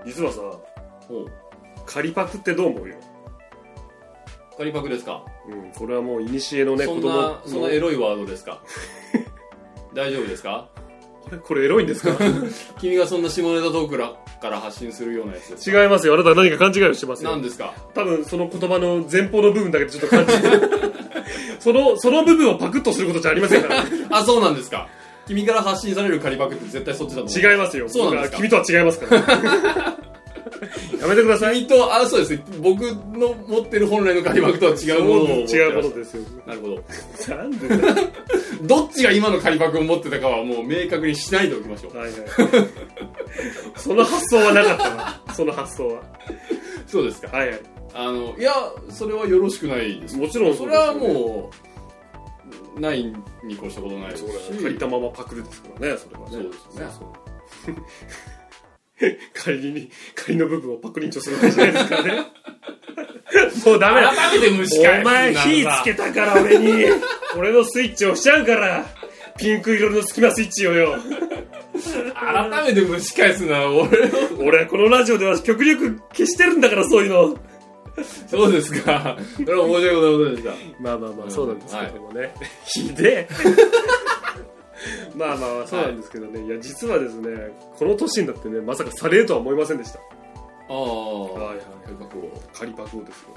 実はさ、仮パクってどう思うよ。 仮パクですか。 これはもう古のね、 そんなエロいワードですか。大丈夫ですか。 これエロいんですか。 君がそんな下ネタトークから発信するようなやつですか。違いますよ。あなたは何か勘違いをしてますよ。 何ですか。 多分その言葉の前方の部分だけでちょっと勘違いその部分をパクッとすることじゃありませんからあ、そうなんですか。君から発信される仮パクって絶対そっちだと思う。 違いますよ。 そうなんですか。 君とは違いますからやめてください。 君と、そうですね。僕の持ってる本来の仮パクとは違うものを持って違うものですよ。 なるほど。 なんでだどっちが今の仮パクを持ってたかはもう明確にしないでおきましょう。 はいはいその発想はなかったな。その発想は。 そうですか。 はいはい。 いや、それはよろしくないです。 もちろんそれはもうないに越したことないですし、 借りたままパクるですからね。それはね。 そうですね。 仮の部分をパクリンチョするわけじゃないですからねもうダメだ。 改めて蒸し返す。 お前火つけたから俺に俺のスイッチ押しちゃうからピンク色のスキマスイッチをよ改めて蒸し返すな。 俺このラジオでは極力消してるんだからそういうのそうですか。それは面白いことでした。 まあそうなんですけどもね、はい、ひでえまあそうなんですけどね、いや実はですねこの年になってねまさかされるとは思いませんでした。仮パクをですよ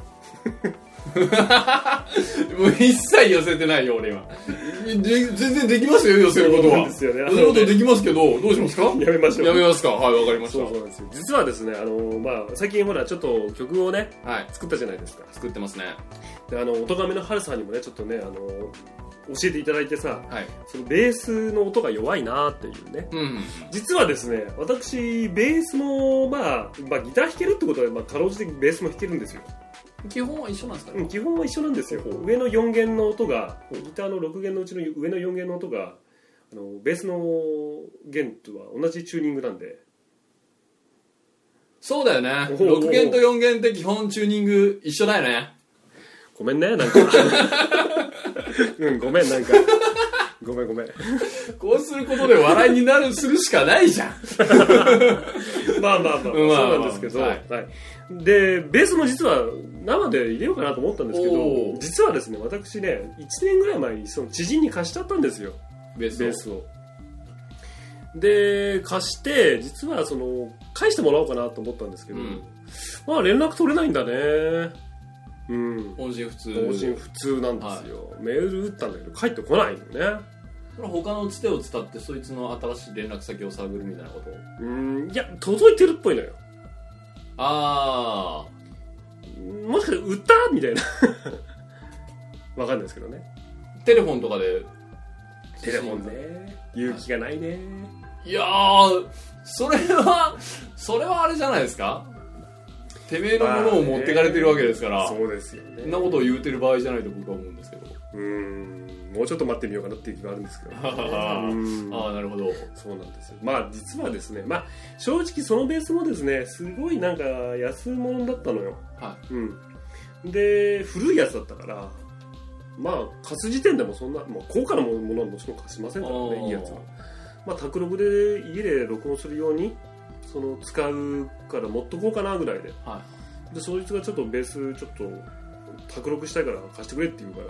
もう一切寄せてないよ俺今。全然できますよ寄せることは。寄せることできますけどどうしますか。やめましょう。 やめますか。はいわかりました。 そうなんですよ。実はですね最近ほらちょっと曲をね、作ったじゃないですか。 作ってますね。 で音亀の春さんにもねちょっとね教えていただいてさ、そのベースの音が弱いなっていうね、実はですね私ベースもギター弾けるってことはかろうじてベースも弾けるんですよ。 基本は一緒なんですかね。 基本は一緒なんですよ。上の4弦の音がギターの6弦のうちの上の4弦の音がベースの弦とは同じチューニングなんで。 そうだよね。6弦と4弦って基本チューニング一緒だよね。 ごめんねなんかごめんなんかごめんこうすることで笑いにするしかないじゃんそうなんですけど、でベースも実は生で入れようかなと思ったんですけど、実はですね私ね1年ぐらい前にその知人に貸しちゃったんですよベースを。で貸して実は返してもらおうかなと思ったんですけど、連絡取れないんだね。 音信不通なんですよ、メール打ったんだけど返ってこないのね。 それは他のつてを伝ってそいつの新しい連絡先を探るみたいなこと。 いや届いてるっぽいのよ。もしかして売ったみたいなわかんないですけどね。 テレフォンとかで。 テレフォンね勇気がないね。 いやーそれはあれじゃないですか。てめえのものを持ってかれてるわけですから、 そうですよね。 そんなことを言うてる場合じゃないと僕は思うんですけど。 もうちょっと待ってみようかなっていう気があるんですけど、ね、 なるほど。そうなんですよ。実はですね正直そのベースもですねすごいなんか安物だったのよ。で古いやつだったから貸す時点でもそんな高価なものはもちろん貸しませんからね。いいやつは宅録で家で録音するように使うから持っとこうかなぐらいで、でそいつがちょっとベースちょっと宅録したいから貸してくれって言うから、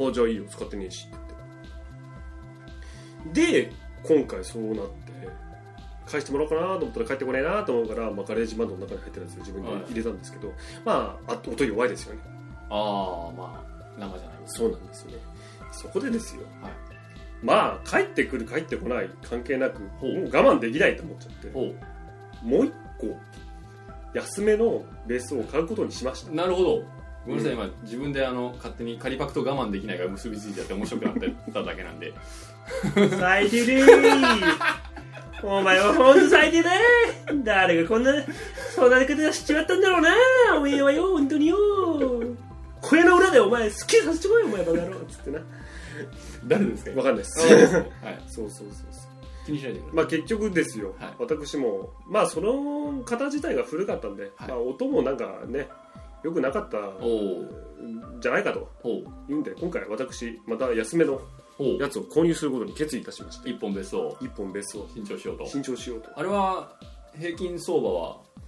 じゃあいいよ使ってねえしって言って、で今回そうなって返してもらおうかなと思ったら返ってこないなと思うから、ガレージバンドの中に入ってるやつを自分で入れたんですけど、音弱いですよね。 生じゃない。 そうなんですよね。そこでですよ、帰ってくる帰ってこない関係なくもう我慢できないと思っちゃって、もう一個安めのベースを買うことにしました。 なるほど。ごめんなさい、今自分で勝手に仮パクと我慢できないが結びついちゃって面白くなってただけなんで最低でーお前はほんと最低だー。誰がこんなそんな方しちまったんだろうな。おめえはよ本当によ小屋の裏でお前好きさせてこいよお前バカ野郎っつってな。 誰ですか。 わかんないです。そう気にしないでください。 結局ですよ、私もその方自体が古かったんで、音もなんかね良くなかったじゃないかというんで、今回私また安めのやつを購入することに決意いたしました。 一本ベースを新調しようと。 あれは平均相場は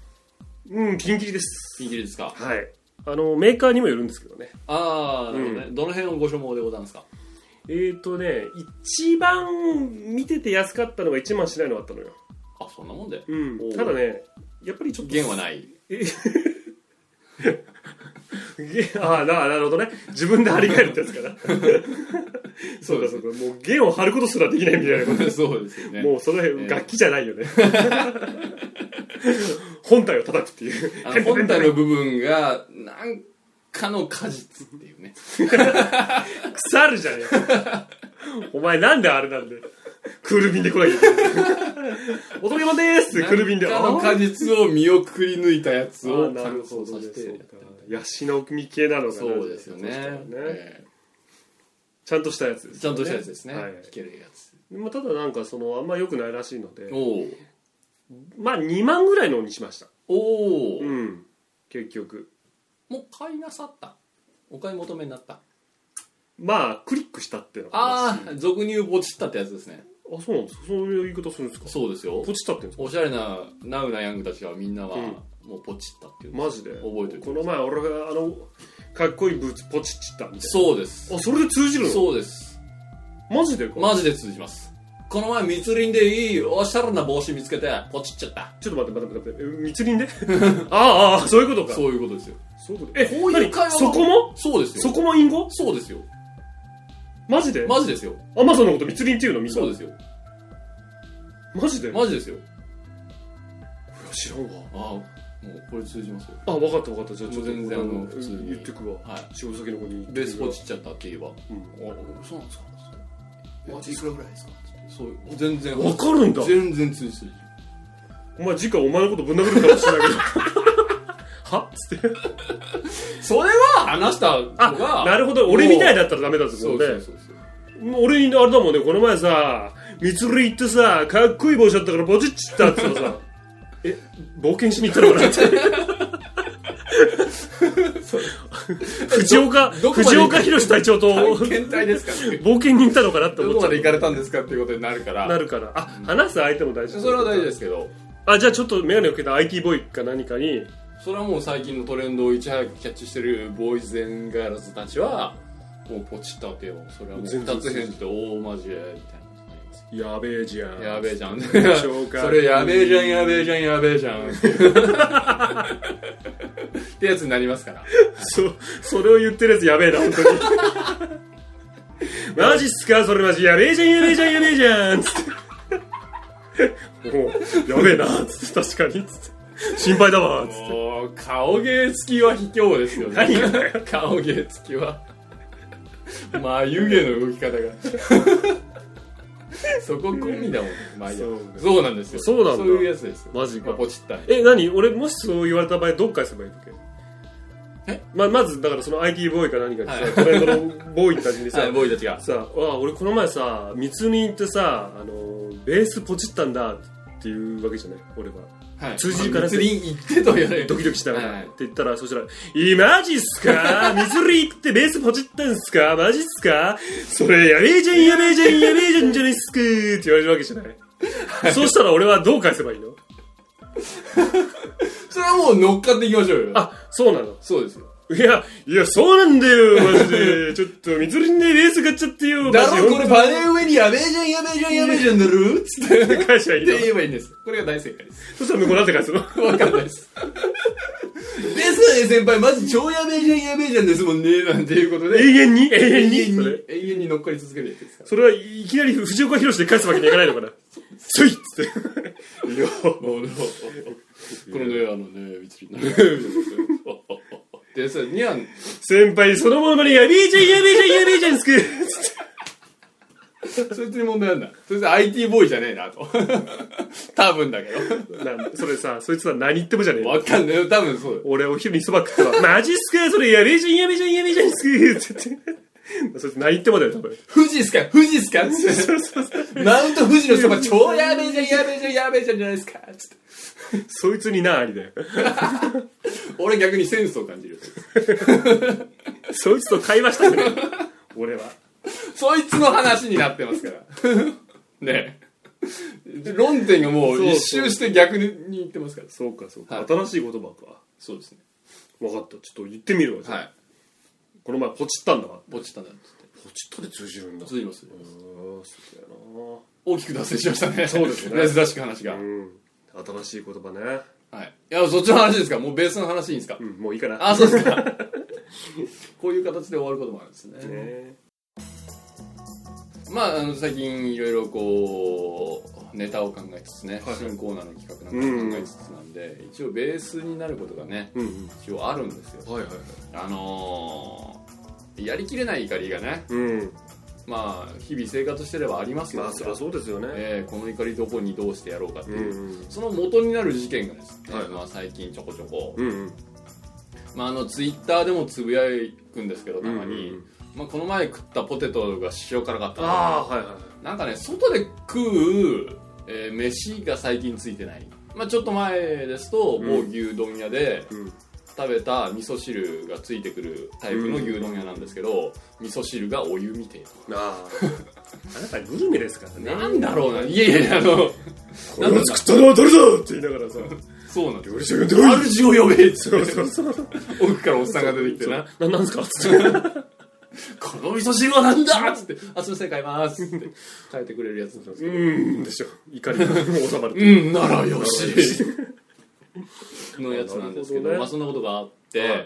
ピンキリです。 ピンキリですか。 はい。メーカーにもよるんですけどね。 ああ、なるほどね。どの辺をご所望でございますか。 一番見てて安かったのが1万しないのがあったのよ。 あ、そんなもんで。 ただね、やっぱりちょっと弦はない。 なるほどね。自分で張り替えるってやつかな。そうかそうか。もう弦を張ることすらできないみたいなこと。 そうですよね。 もうその辺、楽器じゃないよね。本体を叩くっていう。 本体の部分がなんかの果実っていうね。 腐るじゃねえ。お前なんであれなんで。クール便で来ないといけない。おとげまでーすってクール便で。 なんかの果実を身をくり抜いたやつを乾燥させて。 ヤシの実系なのかな。 そうですよね。 ちゃんとしたやつですね。 ちゃんとしたやつですね。弾けるやつ。 ただなんかあんま良くないらしいので、まあ2万ぐらいのにしました。結局。 もう買いなさった。お買い求めになった。 まあクリックしたっていうのが俗に言うポチったってやつですね。 あ、そうなんですか。そういう言い方するんですか。 そうですよ。 ポチったって言うんですか。 おしゃれなナウなヤングたちはみんなはもうポチったっていう。 マジで覚えておいて。 この前俺がかっこいいブーツポチっちったみたいな。 そうです。 あ、それで通じるの。 そうです。 マジでか。 マジで通じます。この前密林でいいおしゃれな帽子見つけてポチっちゃった。 ちょっと待って密林でああそういうことか。 そういうことですよ。 そういうこと。 こういう会話。 そこも。 そうですよ。 そこも隠語。 そうですよ。 マジで。 マジですよ。 アマゾンのこと密林っていうのみんな。 そうですよ。 マジで。 マジですよ。 知らんわ。 もうこれ通じますよ。 分かった。じゃあちょっと全然普通に言ってくわ。仕事先の子にベースポチっちゃったって言えば、そうなんですか。いくらぐらいですか。そう全然分かるんだ。 全然通じる。 お前次回お前のことぶん殴るかもしれないけど。はっつって。 それは話したのが。 なるほど。俺みたいだったらダメだってことで。俺にあれだもんね。この前さ、密林行ってさ、かっこいい帽子だったからポチっちったって言ったらさ、冒険しに行ったのかなって。藤岡弘隊長と検体ですか、 冒険に行ったのかなって思っちゃう。 どこまで行かれたんですかっていうことになるから。 話す相手も大事。 それは大事ですけど。 じゃあちょっとメガネをかけた IT ボーイか何かに。 それはもう最近のトレンドをいち早くキャッチしてるボーイズ・エンガールズたちはもうポチったわけよ。それはもう2つ返事で大マジみたいな。 やべえじゃん。 やべえじゃん。それやべえじゃんってやつになりますから。 それを言ってるやつやべえな本当に。マジっすか、それマジやべえじゃんつって。もうやべえなつって、確かにつって。心配だわつって。 顔芸付きは卑怯ですよね。 何が顔芸付きは眉毛の動き方が。そこ込みだもん。そうなんですよ。 そうなんだ。 そういうやつですよ。 マジか。 ポチった。 何？俺もしそう言われた場合どっかにすればいいわけ？まずだからその IT ボーイか何かにさ、トレンドのボーイたちにさ、 ボーイたちがさ、俺この前さ密林行ってさベースポチったんだっていうわけじゃない俺は。通じるから密林行ってと言われる。 ドキドキしたからって言ったら、そしたらマジっすか密林行ってベースポチったんすかマジっすかそれやべえじゃんじゃないっすかって言われるわけじゃない。そうしたら俺はどう返せばいいの？ それはもう乗っかっていきましょうよ。 そうなの。 そうですよ。 いやそうなんだよマジで。ちょっと密林でベース買っちゃってよ。 だろこれパネル上にやべえじゃんだろつって返しゃいいのって言えばいいんです。これが大正解です。 そしたら向こうなんて返すの？ わかんないです。ですよね先輩、マジ超やべえじゃんですもんねなんていうことで永遠に乗っかり続けるやつですから。 それはいきなり藤岡弘で返すわけにいかないのかな。そいっつって。いやこのね密林のねでさにゃん先輩そのものまでやべえじゃんすくそいつに問題なんだ。そいつ IT ボーイじゃねえなと。多分だけど。 それさ、そいつは何言ってもじゃねえよ。 わかんないよ、多分そう。 俺お昼にそば食ったら、マジっすかそれやべえじゃんすくって言って。そいつ何言ってもだよ、多分。 富士っすかって。マウント富士のそば超やべえじゃんじゃないですかつって。 そいつになありだよ。 俺逆にセンスを感じる。 そいつと会話したくない。俺は。 そいつの話になってますから。ねえ。 論点がもう一周して逆に言ってますから。 そうかそうか、 はい、 新しい言葉か。 そうですね。 分かった、ちょっと言ってみるわ。はい、この前ポチったんだわ。 ポチったんだっつって。 ポチったで通じるんだ。 通じます。 すげえな。 大きく脱線しましたね。 そうですね。 珍しく話が、 新しい言葉ね。 はい。いや、そっちの話ですか。もうベースの話いいんですか。 もういいかな。 あ、そうですか。こういう形で終わることもあるんですね。まあ、最近いろいろこうネタを考えつつね、新コーナーの企画なんか考えつつなんで、一応ベースになることがね、一応あるんですよ。やりきれない怒りがね、まあ日々生活してればありますよね。 そりゃそうですよね。 この怒りどこにどうしてやろうかっていう、その元になる事件がですね、まあ最近ちょこちょこ、まあツイッターでもつぶやくんですけど、たまに。まあこの前食ったポテトが塩辛かったので、なんかね、外で食う、飯が最近ついてない。まあちょっと前ですと某牛丼屋で食べた味噌汁がついてくるタイプの牛丼屋なんですけど、味噌汁がお湯みてえと。あなたグルメですからね。 なんだろうな、いやいや、これを作ったのは誰だって言いながらさ、 そうなんですよ。 主を呼べって。 そう奥からおっさんが出てきてな。 なんですかっつって。 この味噌汁はなんだっつって、すみません、買いますって変えてくれるやつなんですけど。 でしょ。怒りが収まる。 ならよし。のやつなんですけど、まあそんなことがあって、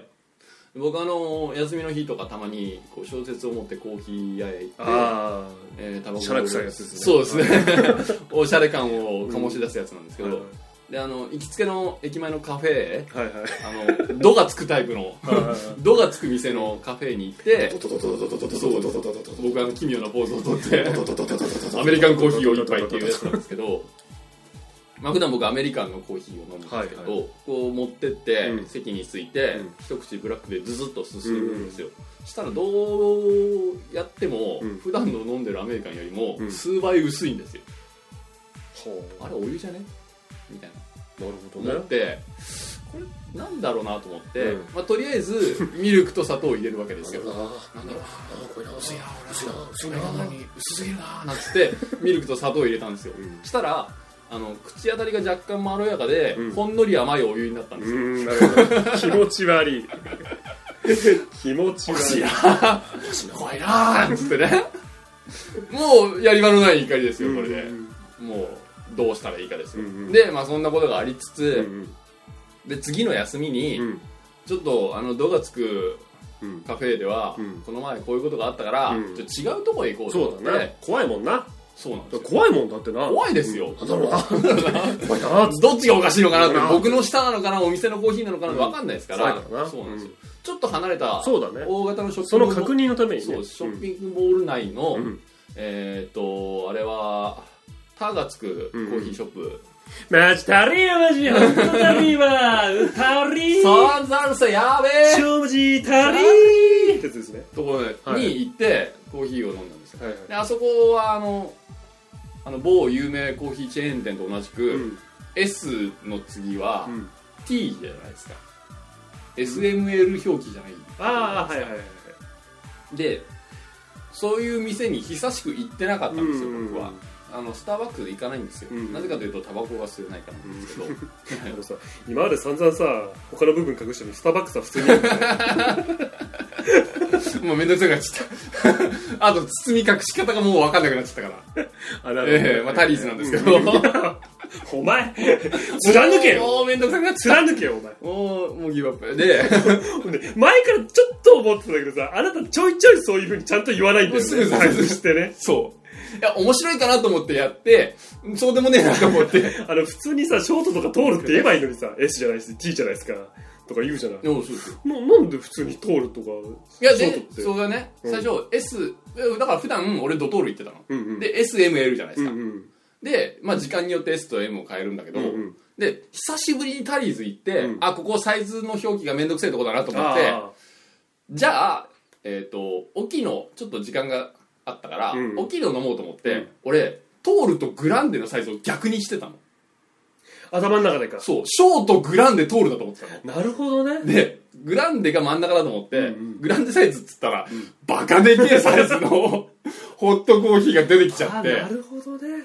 僕休みの日とかたまにこう小説を持ってコーヒー屋へ行って、タバコを。 シャラ臭いやつですね。 そうですね。おしゃれ感を醸し出すやつなんですけど、で行きつけの駅前のカフェ、ドがつくタイプのドがつく店のカフェに行って、僕奇妙なポーズをとってアメリカンコーヒーを一杯っていうやつなんですけど、まあ普段僕アメリカンのコーヒーを飲むんですけど、こう持ってって席について一口ブラックでズズッとすするんですよ。したらどうやっても普段の飲んでるアメリカンよりも数倍薄いんですよ。あれお湯じゃねみたいな思って、これなんだろうなと思って、まあとりあえずミルクと砂糖を入れるわけですよ。なんだろう、これ薄いな、薄すぎるななんつってミルクと砂糖を入れたんですよ。したら口当たりが若干まろやかで、ほんのり甘いお湯になったんですよ。気持ち悪い。気持ち悪い。怖いなーっつってね。もうやり場のない怒りですよ、これで。もうどうしたらいいかですよ。で、まあそんなことがありつつ、で次の休みにちょっとドがつくカフェではこの前こういうことがあったから、ちょっと違うとこへ行こうと思って。 怖いもんな。 そうなんですよ。 怖いもんだってな。 怖いですよ。 なんだろうな。怖いな。 どっちがおかしいのかなって、僕の舌なのかな、お店のコーヒーなのかなって分かんないですから。そうなんですよ。ちょっと離れた大型のショッピングモール、 その確認のためにね。 そう、ショッピングモール内のあれはタがつくコーヒーショップ。 マジ足りーマジほんと足りーわ足りーそうざるさやべえ正直足りーってやつですね。 ところに行ってコーヒーを飲んだんですよ。であそこは某有名コーヒーチェーン店と同じく、S の次は T じゃないですか。 SML 表記じゃない。でそういう店に久しく行ってなかったんですよ、僕は。スターバックスで行かないんですよ。なぜかというとタバコが吸えないからなんですけど。 今まで散々さ他の部分隠したのにスターバックスは普通にもうめんどくさくなっちゃったあと包み隠し方がもう分かんなくなっちゃったからまあタリーズなんですけどお前貫けよ。 もうめんどくさくなっちゃった。 貫けよお前。 もうギブアップで前からちょっと思ってたけどさ、あなたちょいちょいそういう風にちゃんと言わないんだよね。外してね。 そういや面白いかなと思ってやってそうでもねえなと思って普通にさショートとか通るって言えばいいのにさ S じゃないです T じゃないですかとか言うじゃない。 そうですよ。 なんで普通に通るとか。 いやでそれがね、最初 S だから普段俺ドトール行ってたの、で SML じゃないですか、でまあ時間によって S と M を変えるんだけど、で久しぶりにタリーズ行って、あここサイズの表記がめんどくせえとこだなと思って、じゃあ沖のちょっと時間があったから、大きいの飲もうと思って、俺トールとグランデのサイズを逆にしてたの。 頭の中でか。 そうショートグランデトールだと思ってたの。なるほどね。 でグランデが真ん中だと思って、グランデサイズっつったら、バカでけえサイズのホットコーヒーが出てきちゃって。 なるほどね。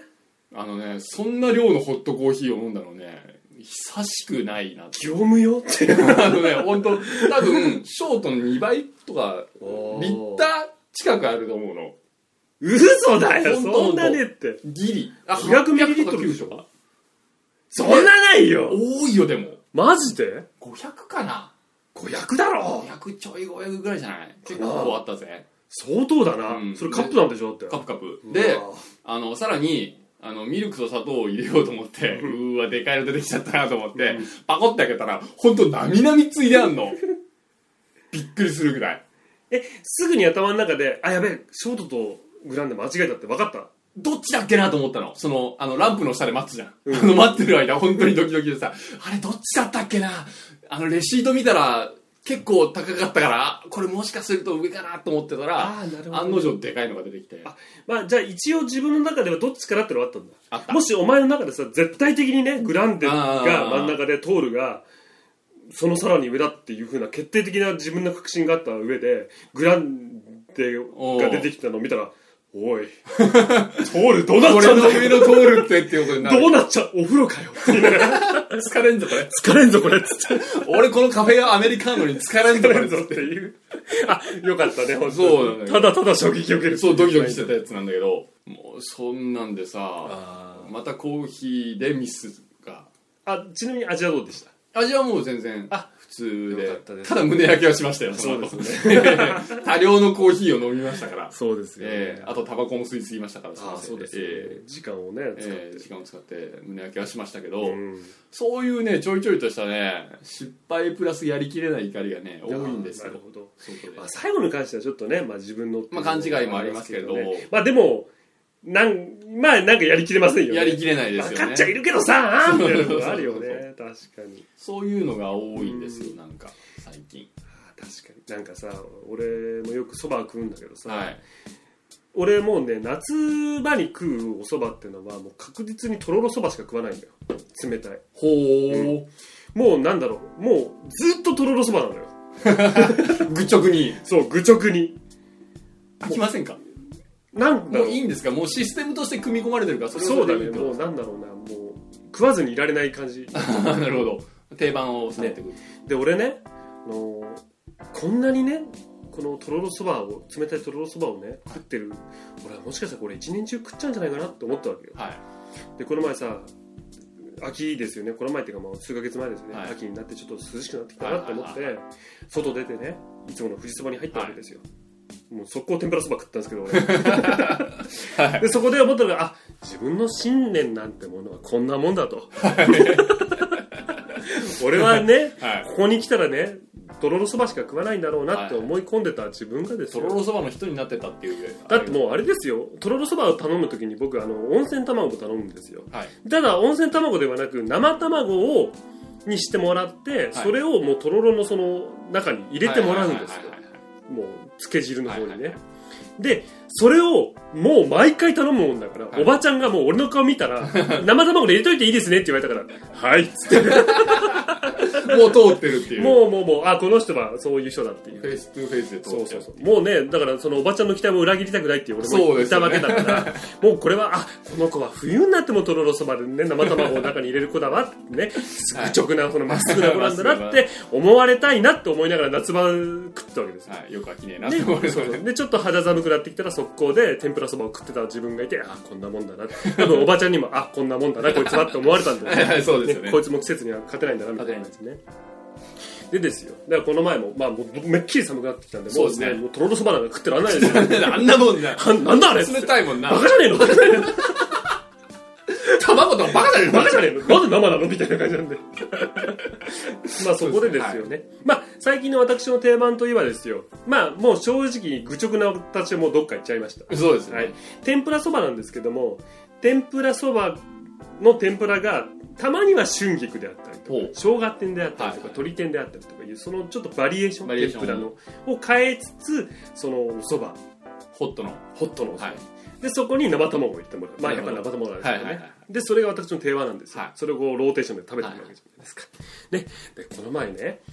そんな量のホットコーヒーを飲んだのね久しくないなって。 業務用って本当多分ショートの2倍とかリッター近くあると思うの。 嘘だよ、そんなねって。 ギリ 500ミリリットルでしょ。そんなないよ。 多いよ。でもマジで 500かな。 500だろ。 500ちょい500ぐらいじゃない。結構あったぜ。 相当だな、それカップなんでしょって。 カップで、さらにミルクと砂糖を入れようと思って、うわでかいの出てきちゃったなと思って、パコって開けたらほんとなみなみついであんの。びっくりするぐらい。 すぐに頭の中でやべえショートとグランデ間違えたって分かった。 どっちだっけなと思ったの。ランプの下で待つじゃん、待ってる間本当にドキドキでさ、あれどっちだったっけな。レシート見たら結構高かったからこれもしかすると上かなと思ってたら、案の定でかいのが出てきて、 じゃあ一応自分の中ではどっちからってのがあったんだ。あった。もしお前の中でさ絶対的にねグランデが真ん中でトールがそのさらに上だっていう風な決定的な自分の確信があった上でグランデが出てきたのを見たら、おいトールどうなっちゃうんだよ。 俺の上のトールっていうことになる。 どうなっちゃう、お風呂かよって言いながら疲れんぞこれ、 疲れんぞこれっつって俺このカフェアメリカーノに疲れんぞこれっていうよかったね本当に。 そうだね、 ただただ衝撃を受ける。 そうドキドキしてたやつなんだけど、もうそんなんでさまたコーヒーでミスが。 ちなみに味はどうでした？ 味はもう全然普通で、 ただ胸焼けはしましたよ。 そうですね多量のコーヒーを飲みましたから。 そうですよ、 あとタバコも吸いすぎましたから。 そうですね、時間をね時間を使って胸焼けはしましたけど、そういうねちょいちょいとしたね失敗プラスやりきれない怒りがね多いんですよ。 なるほど。最後に関してはちょっとね、自分の勘違いもありますけど、 でもなんかやりきれませんよね。 やりきれないですよね。 分かっちゃいるけどさみたいなのがあるよね確かに。 そういうのが多いんですよ、なんか最近。 確かに。なんかさ俺もよくそば食うんだけどさ、俺もうね夏場に食うおそばっていうのはもう確実にとろろそばしか食わないんだよ。冷たい。 ほう、 もうなんだろう、もうずっととろろそばなのよ愚直に。 そう愚直に。 飽きませんか？ なんだろう、 もういいんですか？もうシステムとして組み込まれてるからそれそうだね。もうなんだろうな、もう食わずにいられない感じなるほど、定番を伝えてくる、 で俺ね、こんなにねこのとろろそばを冷たいとろろそばをね食ってる俺はもしかしたらこれ一年中食っちゃうんじゃないかなって思ったわけよ、でこの前さ秋ですよね、この前っていうかもう数ヶ月前ですね、秋になってちょっと涼しくなってきたなと思って外出てねいつもの富士そばに入ったわけですよ、もう速攻天ぷらそば食ったんですけど俺でそこで思ったのが自分の信念なんてものはこんなもんだと俺はね、ここに来たらねとろろそばしか食わないんだろうなって思い込んでた自分がですよ、 とろろそばの人になってたっていう。 だってもうあれですよ、とろろそばを頼む時に僕温泉卵を頼むんですよ、ただ温泉卵ではなく生卵をにしてもらって、それをもうとろろのその中に入れてもらうんですよ、もうつけ汁の方にね、でそれをもう毎回頼むもんだから、おばちゃんがもう俺の顔見たら生卵で入れといていいですねって言われたからはいっつってもう通ってるっていう、 もうこの人はそういう人だっていう、 フェイストゥフェイスで通ってる。 そうもうね、だからそのおばちゃんの期待も裏切りたくないっていう俺も言ったわけだから、もうこれはこの子は冬になってもとろろそばでね生卵を中に入れる子だわってね、愚直なそのまっすぐな子なんだなって思われたいなって思いながら夏場食ったわけですよ、 よく飽きねえなって思われる。 でちょっと肌寒くなってきたら速攻で天ぷらそばを食ってた自分がいて、こんなもんだなって、多分おばちゃんにもこんなもんだなこいつはって思われたんだよねそうですよね、 こいつも季節には勝てないんだなみたいな感じね。でですよ、だからこの前ももうめっきり寒くなってきたんで、もうね、もうとろろそばなんか食ってらんないですよあんなもんななんだあれ冷たいもんな、 バカじゃねえの卵とかバカじゃねえのなんで生なのみたいな感じなんでそこでですよね、最近の私の定番といえばですよ、もう正直愚直な私はもうどっか行っちゃいました。 そうですね、 天ぷらそばなんですけども、天ぷらそばの天ぷらがたまには春菊であったりとか生姜天であったりとか鶏天であったりとかいうそのちょっとバリエーション天ぷらのを変えつつ、そのおそばホットのおそば、でそこに生卵を入れてもらう、やっぱり生卵なんですよね、でそれが私の定番なんですよ、それをこうローテーションで食べてるわけじゃないですか、でこの前ね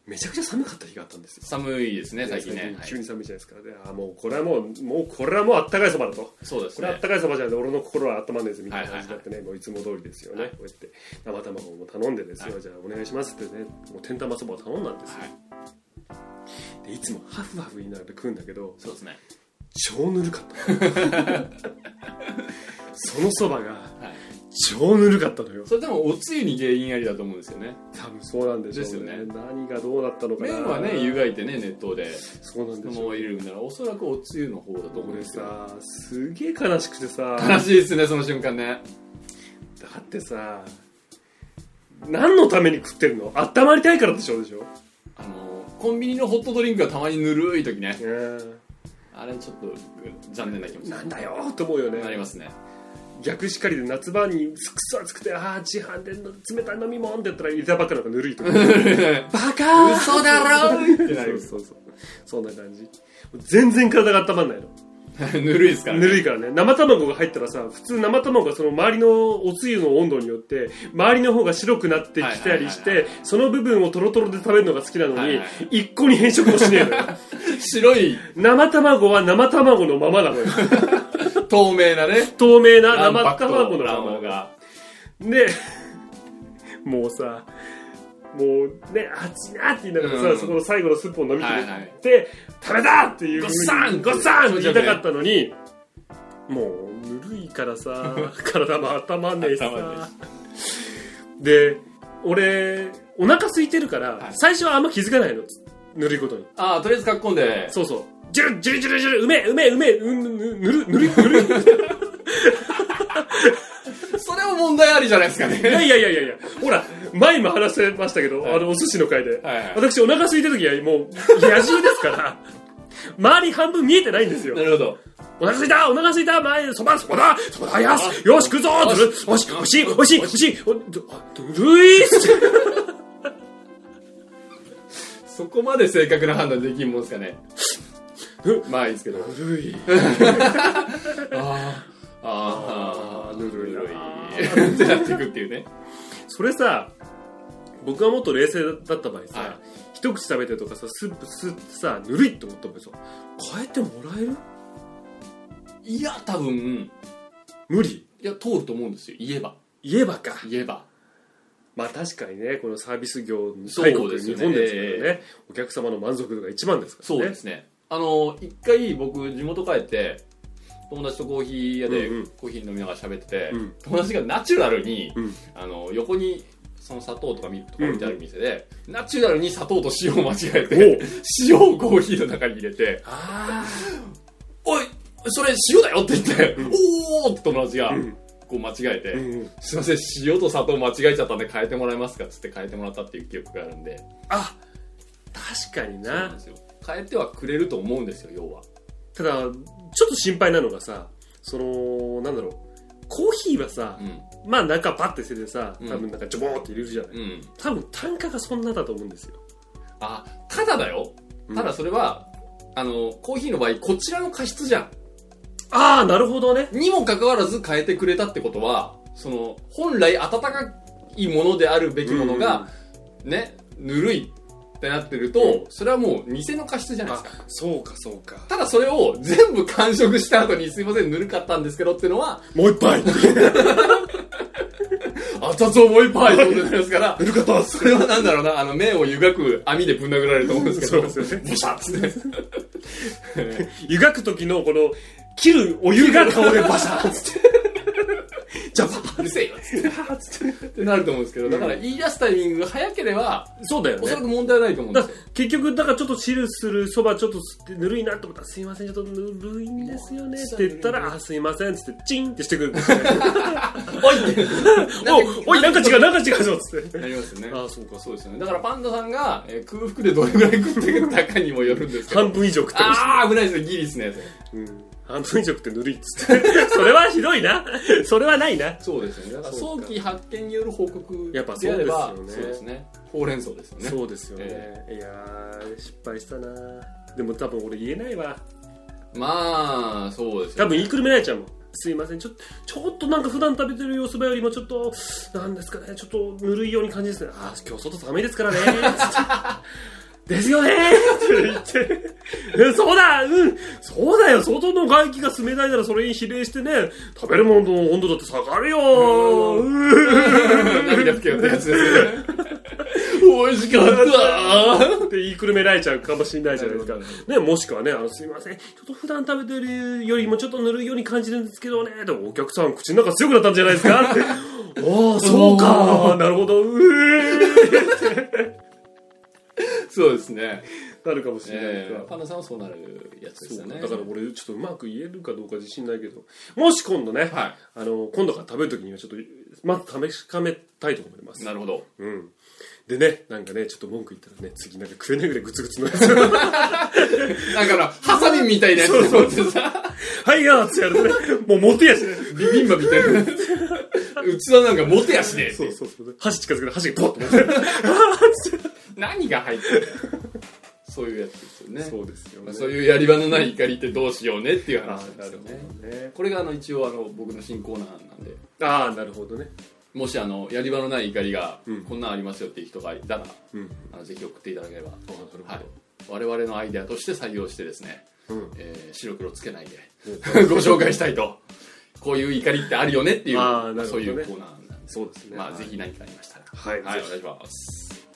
めちゃくちゃ寒かった日があったんですよ。 寒いですね最近ね。 急に寒いじゃないですか。でもうこれはもうあったかいそばだと。 そうですね。 これあったかいそばじゃなくて俺の心は温まんねえぞみたいな感じになってね、もういつも通りですよね。こうやって生卵も頼んでですよ、じゃあお願いしますってね、もう天玉そばを頼んだんですよ。でいつもハフハフ言いながら食うんだけど、 そうですね。 超ぬるかった。そのそばが超ぬるかったのよ。 それでもおつゆに原因ありだと思うんですよね。 多分そうなんでしょうね。ですよね。何がどうなったのかな。 麺はね湯がいてね熱湯でそうなんでしょう。 そのまま入れるんならおそらくおつゆの方だと思うんですよ。 俺さすげえ悲しくてさ。 悲しいですねその瞬間ね。 だってさ何のために食ってるの？温まりたいからでしょ。 コンビニのホットドリンクがたまにぬるい時ね。あれちょっと残念な気持ちなんだよって思うよね。 なりますね。 逆しかりで夏場にくっそ暑くて自販で冷たい飲み物ってやったら入れたばっかなんかぬるいとかバカー嘘だろーってなる。 そうそんな感じ。全然体が温まんないの。 ぬるいですからね。 ぬるいからね。生卵が入ったらさ、普通生卵がその周りのおつゆの温度によって周りの方が白くなってきたりして、その部分をトロトロで食べるのが好きなのに、一個に変色もしねえのよ。 白い生卵は生卵のままなのよ。 透明なね。 透明な生卵のままが。 で、もうさ、もうね、熱いなって言いながらさ、そこの最後のスープを飲み切って食べたっていうごっさんごっさんって言いたかったのに、もうぬるいからさ、体も温まんねえしさ。で、俺お腹空いてるから最初はあんま気づかないの、ぬるいことに。 とりあえずかっこんで、 そうそう、ジュルジュルジュルジュル、うめえぬるいそれも問題ありじゃないですかね。 いやほら前も話してましたけど、お寿司の回で、私お腹空いた時はもう野獣ですから周り半分見えてないんですよ。 なるほど。 お腹空いた前そばだよし食うぞおしおしぬるいっすそこまで正確な判断できんもんですかね。まあいいですけど。 ぬるいぬるいってなっていくっていうね。 それさ、僕がもっと冷静だった場合さ、一口食べてとかさ、スープ吸ってさ、ぬるいって思った場合さ、変えてもらえる？ いや多分無理。 いや通ると思うんですよ。言えばまあ確かにね、このサービス業の大国日本ですからね、お客様の満足度が一番ですからね。 そうですね。一回僕地元帰って友達とコーヒー屋でコーヒー飲みながら喋ってて、友達がナチュラルに、横にその砂糖とかミルクとか置いてある店で、ナチュラルに砂糖と塩を間違えて塩をコーヒーの中に入れて、おいそれ塩だよって言っておーって友達がこう間違えて、すいません塩と砂糖間違えちゃったんで変えてもらえますかっつって変えてもらったっていう記憶があるんで。 確かにな。そうなんですよ。 変えてはくれると思うんですよ要は。 ただちょっと心配なのがさ、なんだろう、コーヒーはさ、まあ中パッてしててさ、多分なんかジョボーって入れるじゃない、多分単価がそんなだと思うんですよ。 ただだよ、ただそれはコーヒーの場合こちらの過失じゃん。 なるほどね。 にもかかわらず変えてくれたってことは、その本来温かいものであるべきものが、ね、ぬるいってなってると、それはもう店の過失じゃないですか。 そうか。 ただそれを全部完食した後にすいませんぬるかったんですけどっていうのはもう一杯熱々をもう一杯ってことになりますからぬるかったそれはなんだろうな、麺を湯がく網でぶん殴られると思うんですけど、 そうですよね、 ボシャッつって湯がく時のこの切るお湯が顔でバシャッつってじゃあうるせえよってなると思うんですけど、だから言い出すタイミングが早ければそうだよね、 おそらく問題はないと思うんですよ。 結局だからちょっと汁するそばちょっと吸ってぬるいなと思ったら、すいませんちょっとぬるいんですよねって言ったら、すいませんっつってチンってしてくるんですよねおいなんか違うぞっつってなりますよね。 そうか、 そうですよね。だからパンダさんが、空腹でどれぐらい食ってたかにもよるんですけど半分以上食ってました。 危ないですね、ギリですね。 半分以上食ってぬるいっつってそれはひどいなそれはないな。 そうですよね。だから早期発見による報告やっぱそうですよね。 そうですね。ほうれん草ですよね。 そうですよね、いや失敗したな。でも多分俺言えないわ。 まあそうですよね。 多分言いくるめられちゃうもん。すいませんちょっとなんか普段食べてる様子ばよりもちょっとなんですかね、ちょっとぬるいように感じですね。今日外寒いですからねですよねって言ってそうだそうだよ、外の外気が冷たいならそれに比例してね、食べるものの温度だって下がるよ涙つけよってやつですね美味しかったって言いくるめられちゃうかもしれないじゃないですか、ね、もしくはね、すいません、ちょっと普段食べてるよりもちょっとぬるいように感じるんですけどね、でもお客さん口の中強くなったんじゃないですかおお、そうか、なるほどそうですね、 なるかもしれないですが、 パンダさんはそうなるやつですよね。 だから俺ちょっとうまく言えるかどうか自信ないけど、もし今度ね、はい、今度から食べるときにはちょっとまず試しかめたいと思います。 なるほど。 うん。でね、なんかね、ちょっと文句言ったらね、次なんか食えないぐらいグツグツのやつなんかハサミみたいなやつで持ってさはいやーってやるとね、もう持てやしね、 ビビンバみたいな器なんか持てやしね、 そう箸近づけて箸がポッと持って何が入ってるそういうやつですよね。 そうですよね。 そういうやり場のない怒りってどうしようねっていう話なんですよね。これが一応僕の新コーナーなんで。 ああ、なるほどね。 もしやり場のない怒りがこんなんありますよっていう人がいたら、ぜひ送っていただければ、はい、我々のアイデアとして採用してですね、白黒つけないでご紹介したいと、こういう怒りってあるよねっていう、そういうコーナーなんで、 そうですね。 ぜひ何かありましたら、 はい、 お願いします。